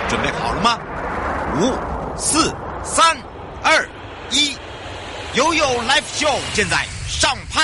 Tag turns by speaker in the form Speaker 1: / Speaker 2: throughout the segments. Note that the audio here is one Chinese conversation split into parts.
Speaker 1: 准备好了吗？5、4、3、2、1，悠悠 Live Show 现在上拍。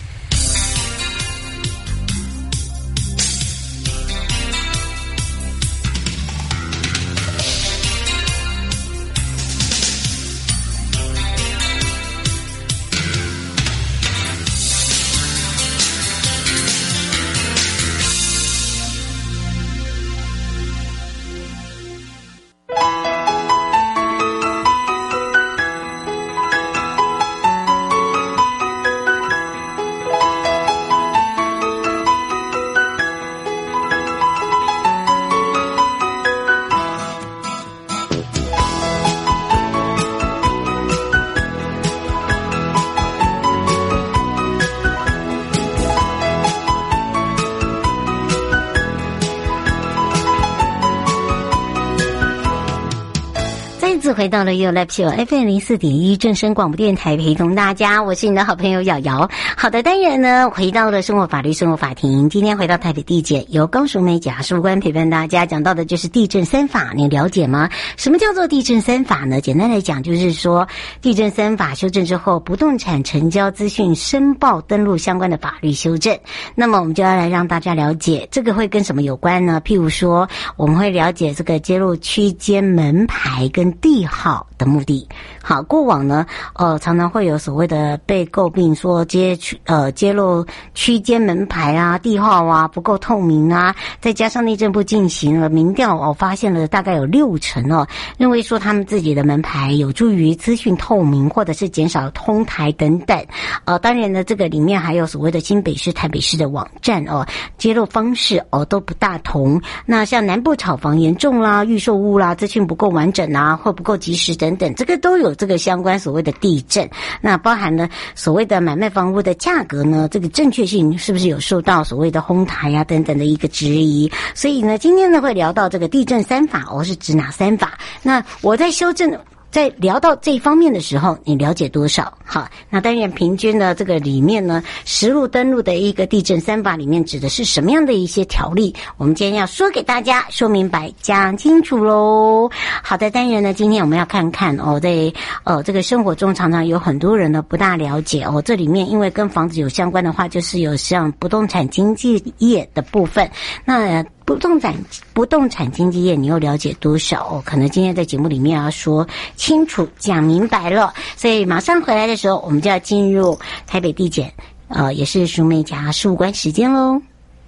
Speaker 2: 回到了 YouLive Show FM 04.1正声广播电台，陪同大家，我是你的好朋友瑶瑶。好的，当然呢，回到了生活法律生活法庭，今天回到台北地检，由高淑梅检察事务官陪伴大家，讲到的就是地震三法，你了解吗？什么叫做地震三法呢？简单来讲，就是说地震三法修正之后，不动产成交资讯申报登录相关的法律修正。那么我们就要来让大家了解，这个会跟什么有关呢？譬如说，我们会了解这个揭露区间门牌跟地号的目的。好，过往呢，常常会有所谓的被诟病说揭露区间门牌啊、地号啊不够透明啊，再加上内政部进行了民调发现了大概有60%认为说他们自己的门牌有助于资讯透明，或者是减少通台等等。当然呢，这个里面还有所谓的新北市、台北市的网站揭露方式都不大同。那像南部炒房严重啦、预售屋啦、资讯不够完整啊，或不够及时等等，这个都有这个相关所谓的地震。那包含了所谓的买卖房屋的价格呢，这个正确性是不是有受到所谓的哄抬啊等等的一个质疑。所以呢，今天呢会聊到这个地震三法是指哪三法？那我在修正在聊到这一方面的时候，你了解多少？好，那当然平均呢，这个里面呢，实录登录的一个地震三法里面指的是什么样的一些条例？我们今天要说给大家说明白、讲清楚喽。好的，当然呢，今天我们要看看在这个生活中常常有很多人呢不大了解这里面因为跟房子有相关的话，就是有像不动产经纪业的部分。那不动产经纪业你又了解多少？可能今天在节目里面要说清楚讲明白了。所以马上回来的时候，我们就要进入台北地检也是淑梅检察事务官时间喽。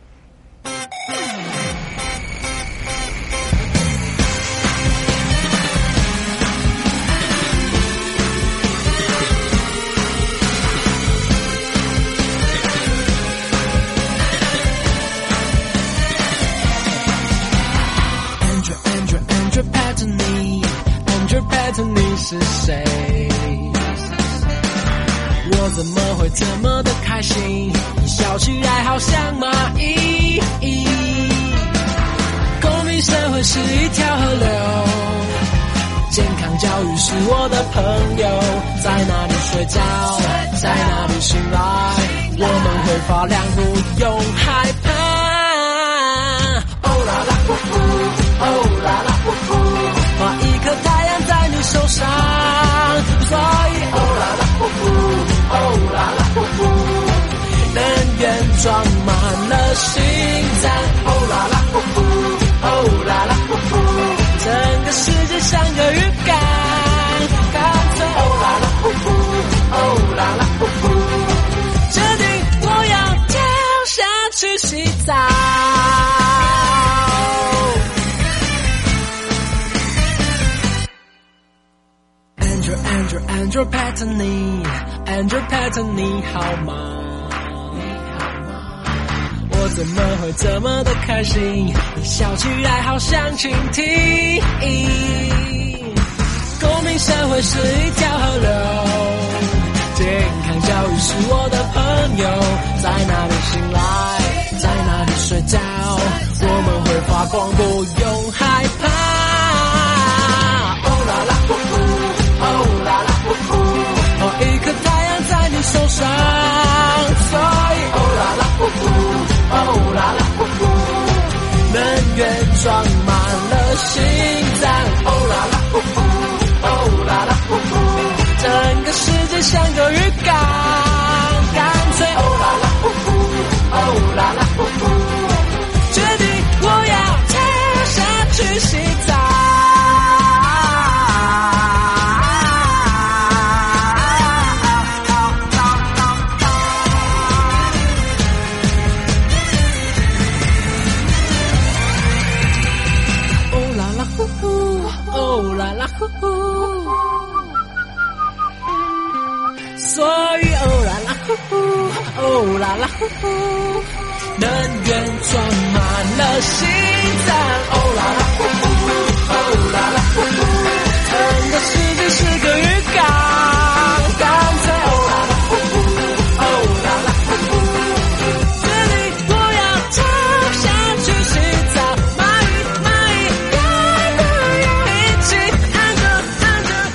Speaker 3: 你是谁？我怎么会这么的开心？你笑起来好像蚂蚁。公民社会是一条河流，健康教育是我的朋友。在哪里睡觉，在哪里醒来，我们会发亮，不用害怕。哦啦啦呼呼，哦啦啦呼呼，画一颗太阳在你手上，所以哦啦啦呼呼，哦啦啦呼呼，能源装满了心脏，哦啦啦呼呼，哦啦啦呼呼，整个世界像个鱼缸，干脆哦啦啦呼呼，哦啦啦呼呼，决定我要跳下去洗澡。Andrew Patton 你好吗？我怎么会这么的开心？你笑起来好像蜻蜓。公民社会是一条河流，健康教育是我的朋友。在哪里醒来，在哪里睡觉，我们会发光，不用害怕。哦啦啦呼呼，哦啦啦呼呼，一颗太阳在你手上，所以哦啦啦呼呼，哦啦啦呼呼，能源装满了心呼呼，所以哦啦啦呼呼，哦啦啦呼呼，能源装满了心脏，哦啦啦呼呼，哦啦啦呼呼，整个世界是个浴缸，干脆哦啦啦呼呼，哦啦啦呼呼，这里我要唱下去洗澡，蚂蚁要不要一起按着按着。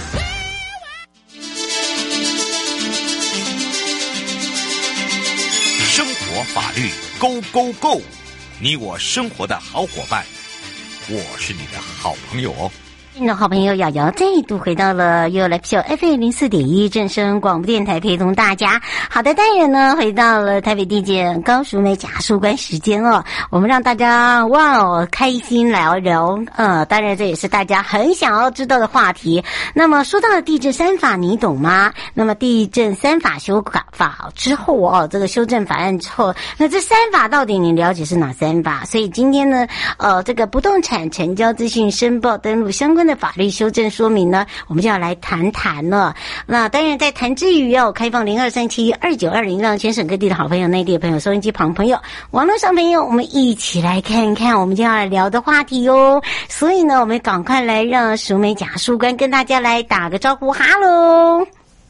Speaker 1: 生活法律 Go Go Go， 你我生活的好伙伴，我是你的好朋友哦。
Speaker 2: 亲爱的好朋友瑶瑶再度回到了悠悠 Live Show FM04.1正声广播电台，陪同大家。好的，单元呢回到了台北地检高淑梅假诉官时间了，我们让大家开心聊聊，当然这也是大家很想要知道的话题。那么说到了地震三法，你懂吗？那么地震三法修法之后这个修正法案之后，那这三法到底你了解是哪三法？所以今天呢，这个不动产成交资讯申报登录相关的法律修正说明呢，我们就要来谈谈了。那当然在谈之余要开放02372920，让全省各地的好朋友、内地的朋友、收音机旁朋友、网络上朋友，我们一起来看看我们就要来聊的话题哦。所以呢，我们赶快来让淑梅假诉官跟大家来打个招呼，哈喽。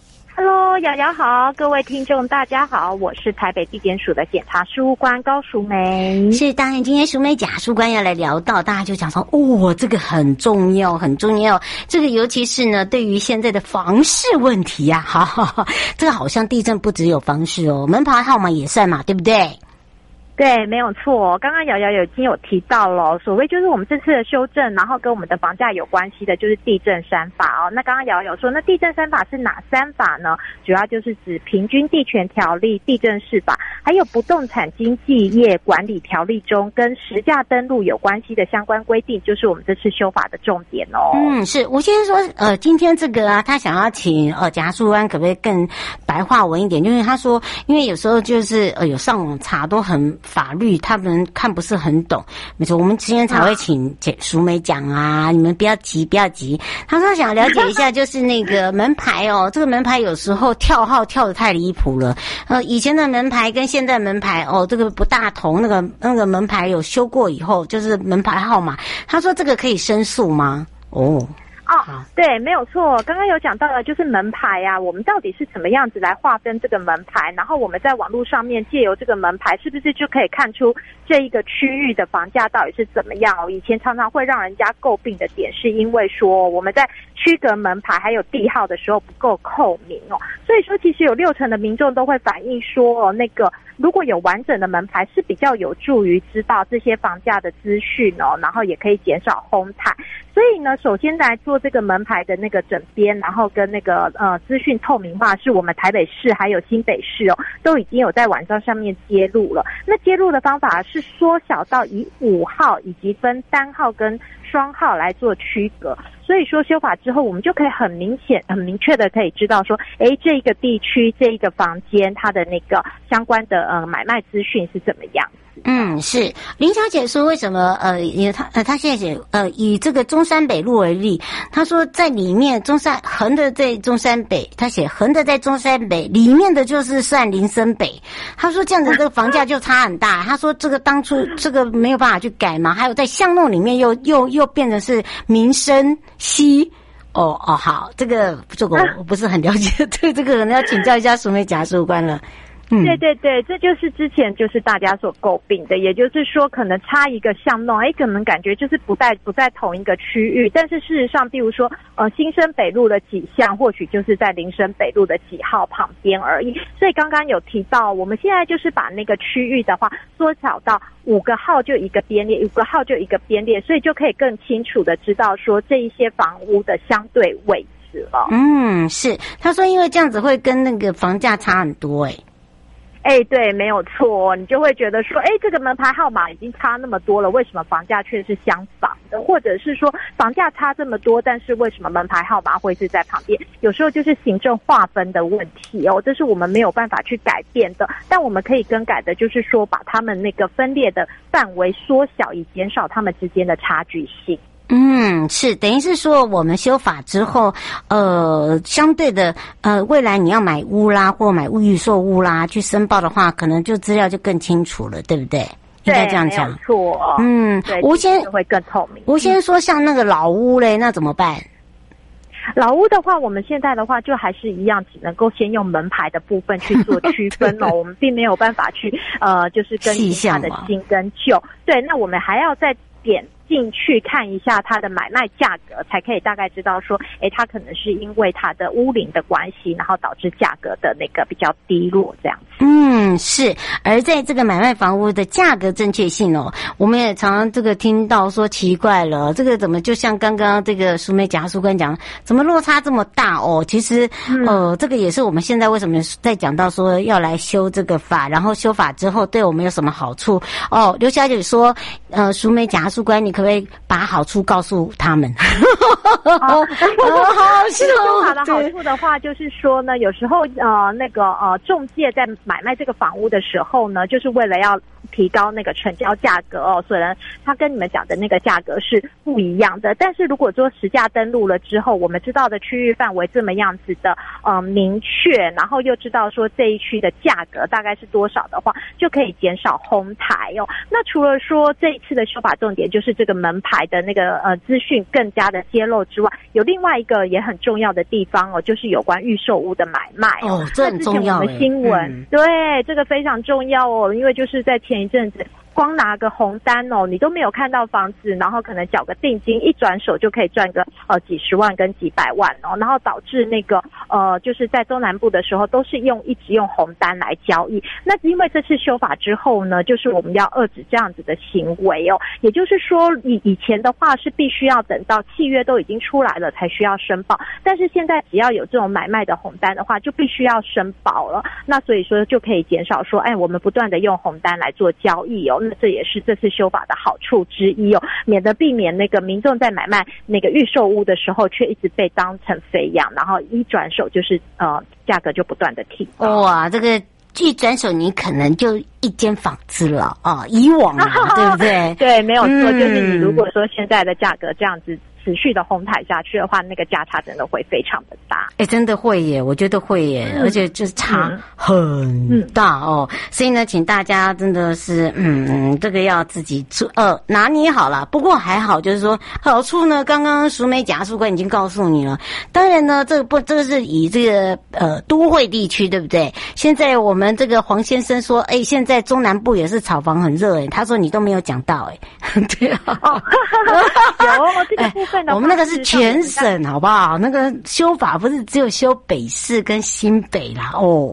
Speaker 4: Hello， 瑶瑶好，各位听众大家好，我是台北地检署的检察事务官高淑梅。
Speaker 2: 是，当然今天淑梅假诉官要来聊到，大家就讲说，这个很重要，很重要。这个尤其是呢，对于现在的房市问题啊，这个好像地震不只有房市哦，门牌号码也算嘛，对不对？
Speaker 4: 对，没有错。刚刚瑶瑶已经有提到了，所谓就是我们这次的修正，然后跟我们的房价有关系的，就是地震三法哦。那刚刚瑶瑶有说，那地震三法是哪三法呢？主要就是指平均地权条例、地震释法，还有不动产经纪业管理条例中跟实价登录有关系的相关规定，就是我们这次修法的重点哦。
Speaker 2: 是我先说，今天这个啊，他想要请假诉官可不可以更白话文一点？就是他说，因为有时候就是有上网查都很。法律他们看不是很懂，没错，我们今天才会请淑梅讲啊，你们不要急，不要急。他说想了解一下，就是那个门牌这个门牌有时候跳号跳得太离谱了。以前的门牌跟现在门牌这个不大同，那个门牌有修过以后，就是门牌号码。他说这个可以申诉吗？
Speaker 4: 对，没有错。刚刚有讲到的，就是门牌啊，我们到底是怎么样子来划分这个门牌？然后我们在网络上面借由这个门牌，是不是就可以看出这一个区域的房价到底是怎么样？以前常常会让人家诟病的点，是因为说我们在区隔门牌还有地号的时候不够透明所以说其实有60%的民众都会反映说那个如果有完整的门牌是比较有助于知道这些房价的资讯然后也可以减少哄抬。所以呢，首先来做这个门牌的那个整编，然后跟那个资讯透明化，是我们台北市还有新北市都已经有在网站上面揭露了。那揭露的方法是缩小到以5号以及分单号跟双号来做区隔。所以说修法之后，我们就可以很明确的可以知道说，这一个地区这一个房间它的那个相关的买卖资讯是怎么样。
Speaker 2: 是林小姐说为什么她现在写以这个中山北路为例，她说在里面横的在中山北，她写横的在中山北，里面的就是算林森北。她说这样子这个房价就差很大。她说这个当初这个没有办法去改嘛，还有在巷弄里面又变成是民生西。好，这个我不是很了解，这个可能要请教一下淑梅假诉官了。
Speaker 4: 对，这就是之前就是大家所诟病的，也就是说可能差一个巷弄，可能感觉就是不在同一个区域，但是事实上，比如说新生北路的几巷，或许就是在林森北路的几号旁边而已。所以刚刚有提到，我们现在就是把那个区域的话缩小到5个号就一个编列，5个号就一个编列，所以就可以更清楚的知道说这一些房屋的相对位置了。
Speaker 2: 是，他说因为这样子会跟那个房价差很多
Speaker 4: 对，没有错，你就会觉得说，这个门牌号码已经差那么多了，为什么房价却是相仿的？或者是说房价差这么多，但是为什么门牌号码会是在旁边？有时候就是行政划分的问题这是我们没有办法去改变的。但我们可以更改的就是说，把他们那个分裂的范围缩小，以减少他们之间的差距性。
Speaker 2: 是等于是说我们修法之后，相对的，未来你要买屋啦，或买预售屋啦，去申报的话，可能就资料就更清楚了，对不对？应该这样讲。
Speaker 4: 没有错。对，
Speaker 2: 吴先
Speaker 4: 会更透明。
Speaker 2: 吴先说像那个老屋嘞，那怎么办？
Speaker 4: 老屋的话，我们现在的话就还是一样，只能够先用门牌的部分去做区分哦。我们并没有办法去就是跟它的新跟旧。对，那我们还要再点进去看一下它的买卖价格，才可以大概知道说，它可能是因为它的屋龄的关系，然后导致价格的那个比较低落这样子。
Speaker 2: 是。而在这个买卖房屋的价格正确性哦，我们也常常这个听到说奇怪了，这个怎么就像刚刚这个淑美贾淑官讲，怎么落差这么大哦？其实这个也是我们现在为什么在讲到说要来修这个法，然后修法之后对我们有什么好处哦？刘小姐说，淑美贾淑官，你可不可以把好处告诉他们？
Speaker 4: 好笑。修法的好处的话，就是说呢，有时候中介在买卖这个房屋的时候呢，就是为了要提高那个成交价格哦，所以呢，他跟你们讲的那个价格是不一样的。但是如果说实价登录了之后，我们知道的区域范围这么样子的明确，然后又知道说这一区的价格大概是多少的话，就可以减少哄抬哦。那除了说这一次的修法重点就是这个门牌的那个资讯更加的揭露之外，有另外一个也很重要的地方哦，就是有关预售屋的买卖哦，
Speaker 2: 这很重要。
Speaker 4: 那之前我们新闻对这个非常重要哦，因为就是在前一阵子，光拿个红单哦，你都没有看到房子，然后可能缴个定金，一转手就可以赚个几十万跟几百万哦，然后导致那个就是在中南部的时候都是一直用红单来交易。那因为这次修法之后呢，就是我们要遏制这样子的行为哦，也就是说以前的话是必须要等到契约都已经出来了才需要申报，但是现在只要有这种买卖的红单的话，就必须要申报了。那所以说就可以减少说，我们不断的用红单来做交易哦。那这也是这次修法的好处之一哦，避免那个民众在买卖那个预售屋的时候，却一直被当成肥羊，然后一转手就是价格就不断的提高。
Speaker 2: 哇，这个一转手你可能就一间房子了啊！以往对不对？
Speaker 4: 对，没有错，就是你如果说现在的价格这样子持续的哄抬下去的话，那个价差真的会非常的大。
Speaker 2: 真的会耶，我觉得会耶，而且就是差很大哦。所以呢，请大家真的是这个要自己拿捏好了。不过还好，就是说好处呢，刚刚淑美贾淑官已经告诉你了。当然呢，这个是以这个都会地区，对不对？现在我们这个黄先生说，现在中南部也是炒房很热他说你都没有讲到对啊。
Speaker 4: 有这个部分的话，
Speaker 2: 我们那个是全省好不好？那个修法不是只有修北市跟新北啦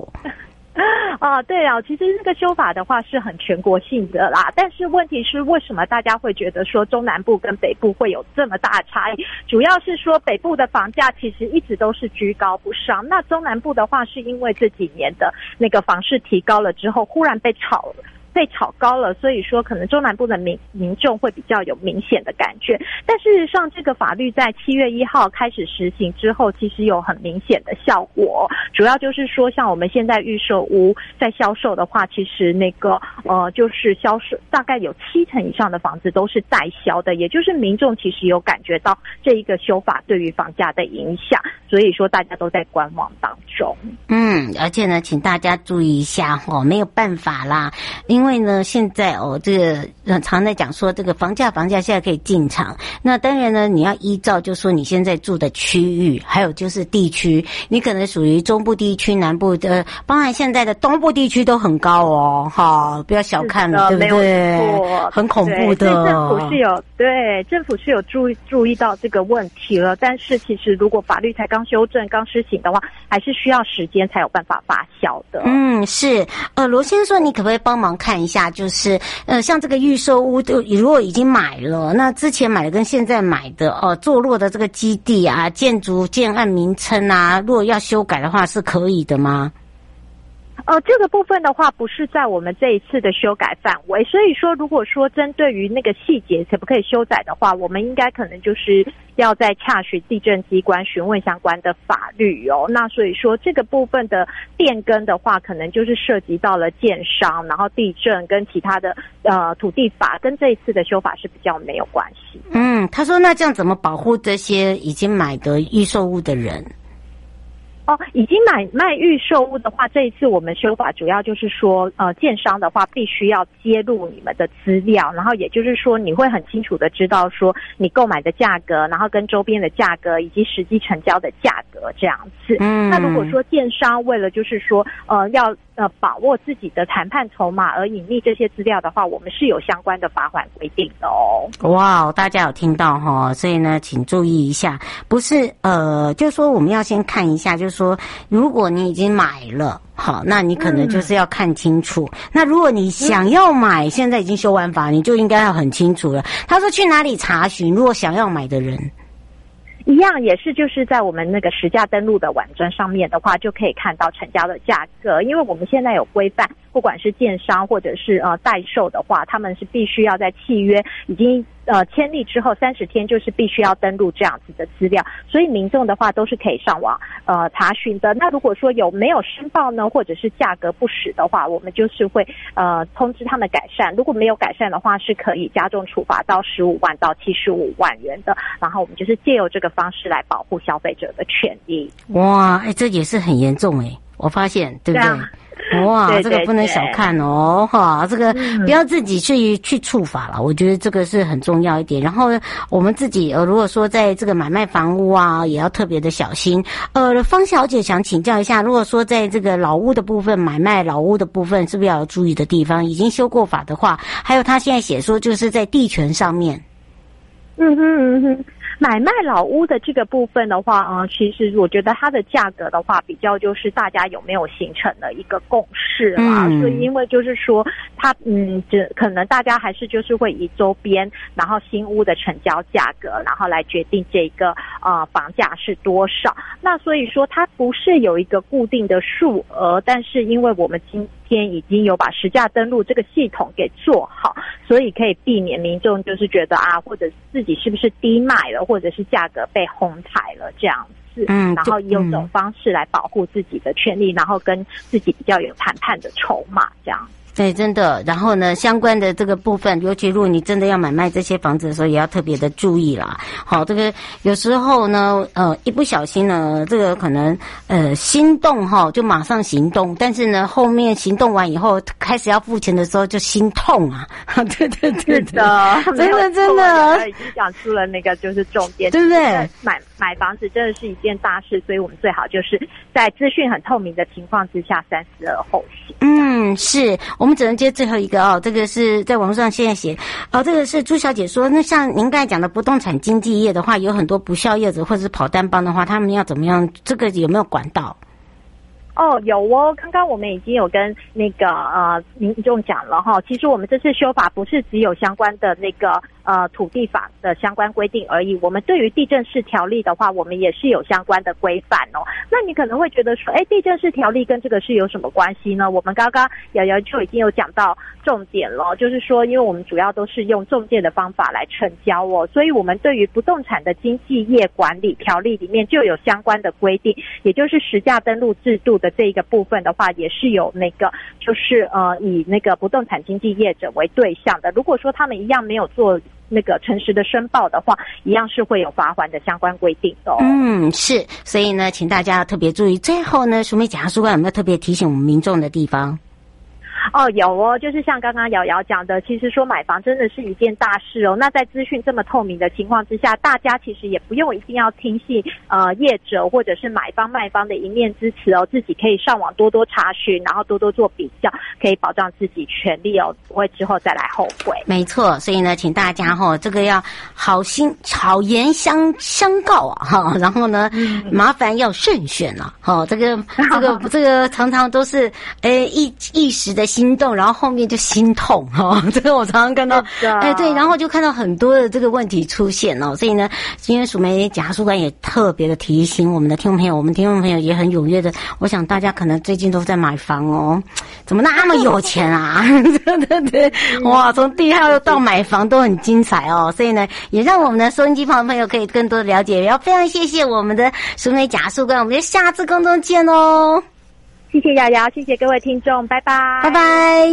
Speaker 4: 对啊，其实这个修法的话是很全国性的啦，但是问题是为什么大家会觉得说中南部跟北部会有这么大的差异？主要是说北部的房价其实一直都是居高不上，那中南部的话是因为这几年的那个房市提高了之后，忽然被炒高了，所以说可能中南部的民众会比较有明显的感觉。但事实上，这个法律在7月1号开始实行之后，其实有很明显的效果。主要就是说，像我们现在预售屋在销售的话，其实那个就是销售大概有70%以上的房子都是代销的，也就是民众其实有感觉到这一个修法对于房价的影响，所以说大家都在观望当中。
Speaker 2: 而且呢，请大家注意一下没有办法啦，因为呢，现在这个常在讲说这个房价现在可以进场。那当然呢，你要依照就是说你现在住的区域，还有就是地区，你可能属于中部地区、南部的，包含现在的东部地区都很高不要小看了，对不对？很恐怖的。
Speaker 4: 政府是有注意到这个问题了，但是其实如果法律才刚修正、刚施行的话，还是需要时间才有办法发酵的。
Speaker 2: 是。罗先生说，你可不可以帮忙看一下，就是像这个预售屋，如果已经买了，那之前买的跟现在买的坐落的这个基地啊、建筑建案名称啊，如果要修改的话，是可以的吗？
Speaker 4: 这个部分的话不是在我们这一次的修改范围，所以说如果说针对于那个细节可不可以修改的话，我们应该可能就是要再洽询地政机关询问相关的法律哦。那所以说这个部分的变更的话，可能就是涉及到了建商，然后地政跟其他的土地法，跟这一次的修法是比较没有关系。
Speaker 2: 他说那这样怎么保护这些已经买的预售屋的人？
Speaker 4: 已经卖预售屋的话，这一次我们修法主要就是说，建商的话必须要揭露你们的资料，然后也就是说你会很清楚的知道说你购买的价格，然后跟周边的价格以及实际成交的价格这样子。那如果说建商为了就是说，要把握自己的谈判筹码而隐匿这些资料的话，我们是有相关的罚款规定的哦。
Speaker 2: 哇，大家有听到齁，所以呢，请注意一下，不是就是说我们要先看一下，就是说如果你已经买了，好，那你可能就是要看清楚。那如果你想要买，现在已经修完法，你就应该要很清楚了。他说去哪里查询？如果想要买的人。
Speaker 4: 一样也是就是在我们那个实价登录的网站上面的话，就可以看到成交的价格。因为我们现在有规范，不管是建商或者是代售的话，他们是必须要在契约已经签立之后30天就是必须要登录这样子的资料，所以民众的话都是可以上网查询的。那如果说有没有申报呢，或者是价格不实的话，我们就是会通知他们改善。如果没有改善的话，是可以加重处罚到15万到75万元的。然后我们就是借由这个方式来保护消费者的权益。
Speaker 2: 哇，这也是很严重我发现，对不对？哇，对对对，这个不能小看哦，哈，这个不要自己去触法了，我觉得这个是很重要一点。然后我们自己如果说在这个买卖房屋啊，也要特别的小心。方小姐想请教一下，如果说在这个老屋的部分，买卖老屋的部分，是不是要有注意的地方？已经修过法的话，还有他现在写说就是在地权上面。
Speaker 4: 买卖老屋的这个部分的话，其实我觉得它的价格的话，比较就是大家有没有形成了一个共识啦。所以因为就是说，它可能大家还是就是会以周边，然后新屋的成交价格，然后来决定这个房价是多少。那所以说，它不是有一个固定的数额，但是因为我们今天已经有把实价登录这个系统给做好，所以可以避免民众就是觉得或者自己是不是低卖了，或者是价格被哄抬了这样子。然后用这种方式来保护自己的权利，然后跟自己比较有谈判的筹码这样。
Speaker 2: 对，真的。然后呢，相关的这个部分，尤其如果你真的要买卖这些房子的时候，也要特别的注意啦。好，这个有时候呢，一不小心呢，这个可能心动就马上行动，但是呢，后面行动完以后，开始要付钱的时候就心痛啊。对对对，
Speaker 4: 是的，
Speaker 2: 真的真的，
Speaker 4: 已经讲出了那个就是重点，
Speaker 2: 对不对？
Speaker 4: 买房子真的是一件大事，所以我们最好就是在资讯很透明的情况之下，三思而后行。
Speaker 2: 是。我们只能接最后一个这个是在网络上现在写这个是朱小姐说，那像您刚才讲的不动产经纪业的话，有很多不肖业者或者是跑单帮的话，他们要怎么样？这个有没有管道？
Speaker 4: 有哦，刚刚我们已经有跟那个民众讲了哈，其实我们这次修法不是只有相关的那个土地法的相关规定而已，我们对于地政士条例的话，我们也是有相关的规范哦。那你可能会觉得说，地政士条例跟这个是有什么关系呢？我们刚刚瑶瑶就已经有讲到重点了，就是说，因为我们主要都是用中介的方法来成交哦，所以我们对于不动产的经纪业管理条例里面就有相关的规定，也就是实价登录制度的这一个部分的话，也是有那个就是以那个不动产经纪业者为对象的。如果说他们一样没有做那个诚实的申报的话，一样是会有罚锾的相关规定的
Speaker 2: 是。所以呢，请大家要特别注意。最后呢，淑美检察主管有没有特别提醒我们民众的地方？
Speaker 4: 有哦，就是像刚刚瑶瑶讲的，其实说买房真的是一件大事哦。那在资讯这么透明的情况之下，大家其实也不用一定要听信业者或者是买方卖方的一面之词哦，自己可以上网多多查询，然后多多做比较，可以保障自己权利哦，不会之后再来后悔。没错，所以呢，请大家这个要好言相告然后呢，麻烦要慎选这个常常都是一时的
Speaker 2: 心动，然后后面就心痛哦。这个我常常看到，对，然后就看到很多的这个问题出现哦。所以呢，今天署媒检察书官也特别的提醒我们的听众朋友，我们听众朋友也很踊跃的，我想大家可能最近都在买房哦，怎么那么有钱啊？对，哇，从第一号到买房都很精彩哦。所以呢，也让我们的收音机旁的朋友可以更多的了解。然后非常谢谢我们的署媒检察书官，我们就下次空中见哦。
Speaker 4: 谢谢瑶瑶，谢谢各位听众，拜拜，
Speaker 2: 拜拜。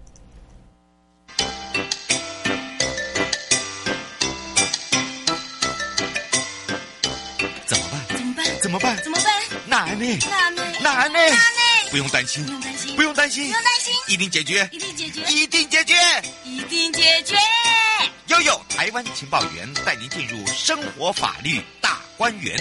Speaker 1: 怎么办？难呢？不用担心，一定解决。悠悠台湾情报员带您进入生活法律大观园。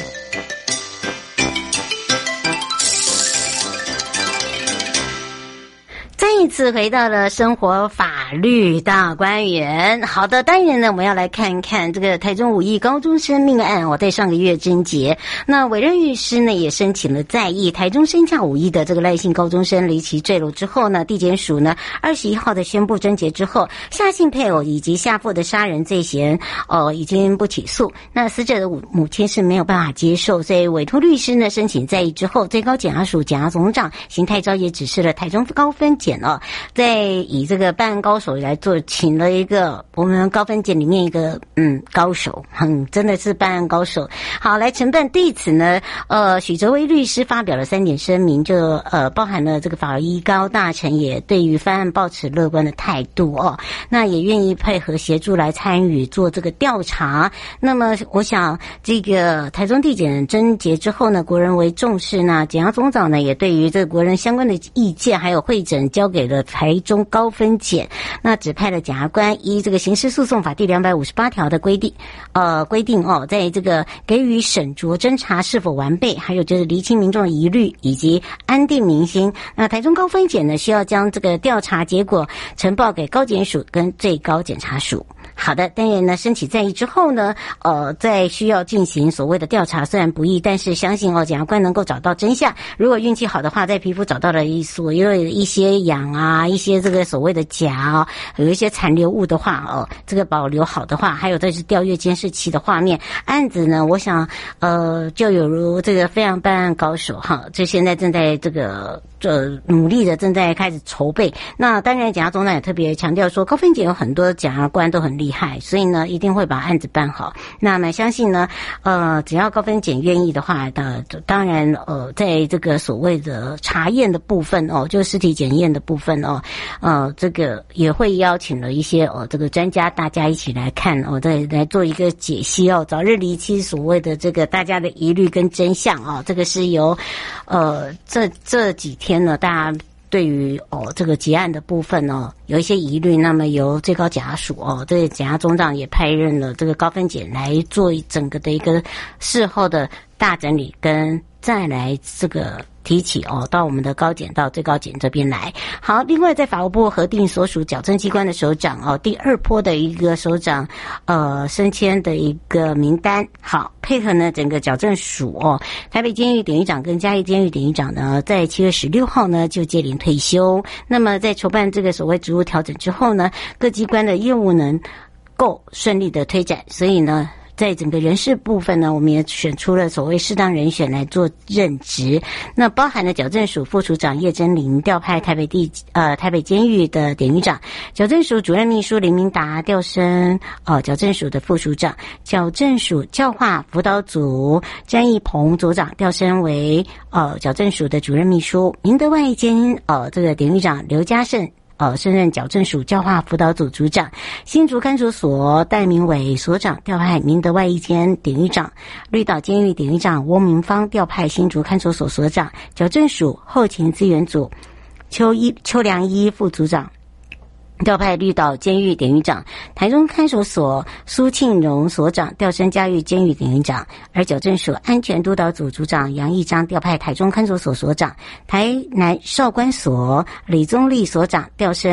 Speaker 2: 再一次回到了生活法律大观园。好的，当然呢，我们要来看看这个台中5亿高中生命案。我在上个月侦结，那委任律师呢也申请了再议。台中身价5亿的这个赖姓高中生离奇坠楼之后呢，地检署呢21号的宣布侦结之后，夏姓配偶以及夏父的杀人罪嫌已经不起诉。那死者的母亲是没有办法接受，所以委托律师呢申请再议之后，最高检察署检察总长邢泰昭也指示了台中高分检在以这个办案高手来做，请了一个我们高分检里面一个高手，真的是办案高手。好，来承办。对此呢，许哲威律师发表了3点声明，就包含了这个法医高大成也对于犯案抱持乐观的态度哦，那也愿意配合协助来参与做这个调查。那么我想这个台中地检侦结之后呢，国人为重视，那检察总长呢也对于这个国人相关的意见还有会诊交给了台中高分检，那指派了检察官依这个刑事诉讼法第258条的规定在这个给予审酌侦查是否完备，还有就是厘清民众的疑虑以及安定民心。那台中高分检呢需要将这个调查结果呈报给高检署跟最高检察署。好的，当然呢，申请再议之后呢，在需要进行所谓的调查，虽然不易，但是相信检察官能够找到真相。如果运气好的话，在皮肤找到了所有一些氧啊，一些这个所谓的钾有一些残留物的话，这个保留好的话，还有这是调阅监视器的画面，案子呢，我想就有如这个非常办案高手就现在正在这个努力的正在开始筹备。那当然检察总长也特别强调说，高分检有很多检察官都很厉害，所以呢一定会把案子办好。那么相信呢只要高分检愿意的话，当然在这个所谓的查验的部分就尸体检验的部分这个也会邀请了一些这个专家大家一起来看再来做一个解析早日厘清所谓的这个大家的疑虑跟真相这个是由这几天呢大家对于这个结案的部分有一些疑虑，那么由最高检察署这个检察总长也派任了这个高分检来做整个的一个事后的大整理，跟再来这个提起到我们的高检到最高检这边来。好，另外在法务部核定所属矫正机关的首长第2波的一个首长升迁的一个名单。好，配合呢整个矫正署台北监狱典狱长跟嘉义监狱典狱长呢在7月16号呢就接连退休。那么在筹办这个所谓职务调整之后呢，各机关的业务能够顺利的推展，所以呢在整个人事部分呢，我们也选出了所谓适当人选来做任职。那包含了矫正署副署长叶真玲调派台北监狱的典狱长，矫正署主任秘书林明达调升矫正署的副署长，矫正署教化辅导组詹义鹏组长调升为矫正署的主任秘书，明德外监这个典狱长刘家胜升任矫正署教化辅导组组长，新竹看守所戴明伟所长调派明德外一监典狱长，绿岛监狱典狱长翁明芳调派新竹看守所所长，矫正署后勤资源组邱良一副组长调派绿岛监狱典狱长，台中看守所苏庆荣所长调升嘉义监狱典狱长，而矫正署安全督导组组长杨义章调派台中看守所所长，台南少管所李宗立所长调升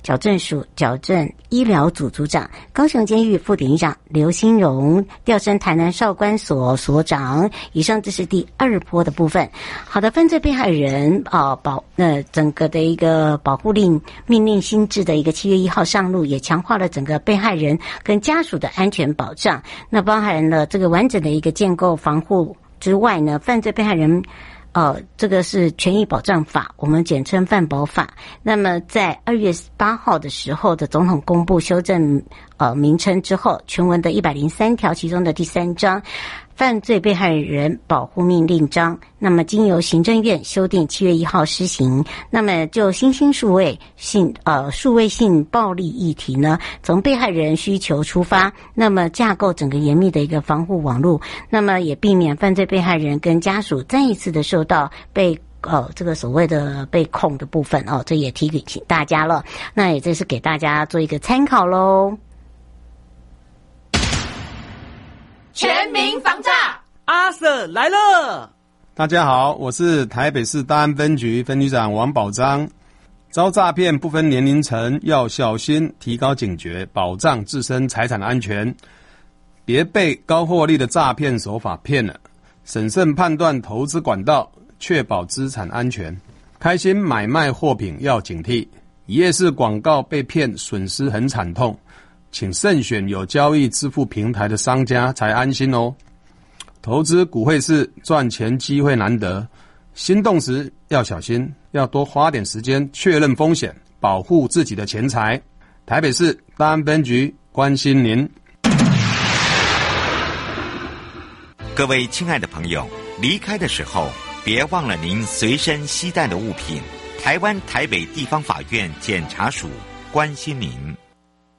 Speaker 2: 矫正署矫正医疗组组长，高雄监狱副典狱长刘新荣，调升台南少管所所长。以上这是第2波的部分。好的，犯罪被害人整个的一个保护令命令新制的一个7月1号上路，也强化了整个被害人跟家属的安全保障。那包含了这个完整的一个建构防护之外呢，犯罪被害人这个是权益保障法，我们简称犯保法。那么在2月8号的时候的总统公布修正名称之后，全文的103条其中的第3章犯罪被害人保护命令章，那么经由行政院修订7月1号施行。那么就新兴数位性暴力议题呢，从被害人需求出发，那么架构整个严密的一个防护网络，那么也避免犯罪被害人跟家属再一次的受到被这个所谓的被控的部分这也提醒大家了。那也这是给大家做一个参考咯。
Speaker 3: 全民防诈，阿 Sir 来了。
Speaker 5: 大家好，我是台北市大安分局分局长王宝章。遭诈骗不分年龄层，要小心，提高警觉，保障自身财产安全，别被高获利的诈骗手法骗了。审慎判断投资管道，确保资产安全。开心买卖货品要警惕，一夜式广告被骗，损失很惨痛。请慎选有交易支付平台的商家才安心哦。投资股汇市赚钱机会难得，心动时要小心，要多花点时间确认风险，保护自己的钱财。台北市大安分局关心您。
Speaker 1: 各位亲爱的朋友，离开的时候别忘了您随身携带的物品。台湾台北地方法院检察署关心您。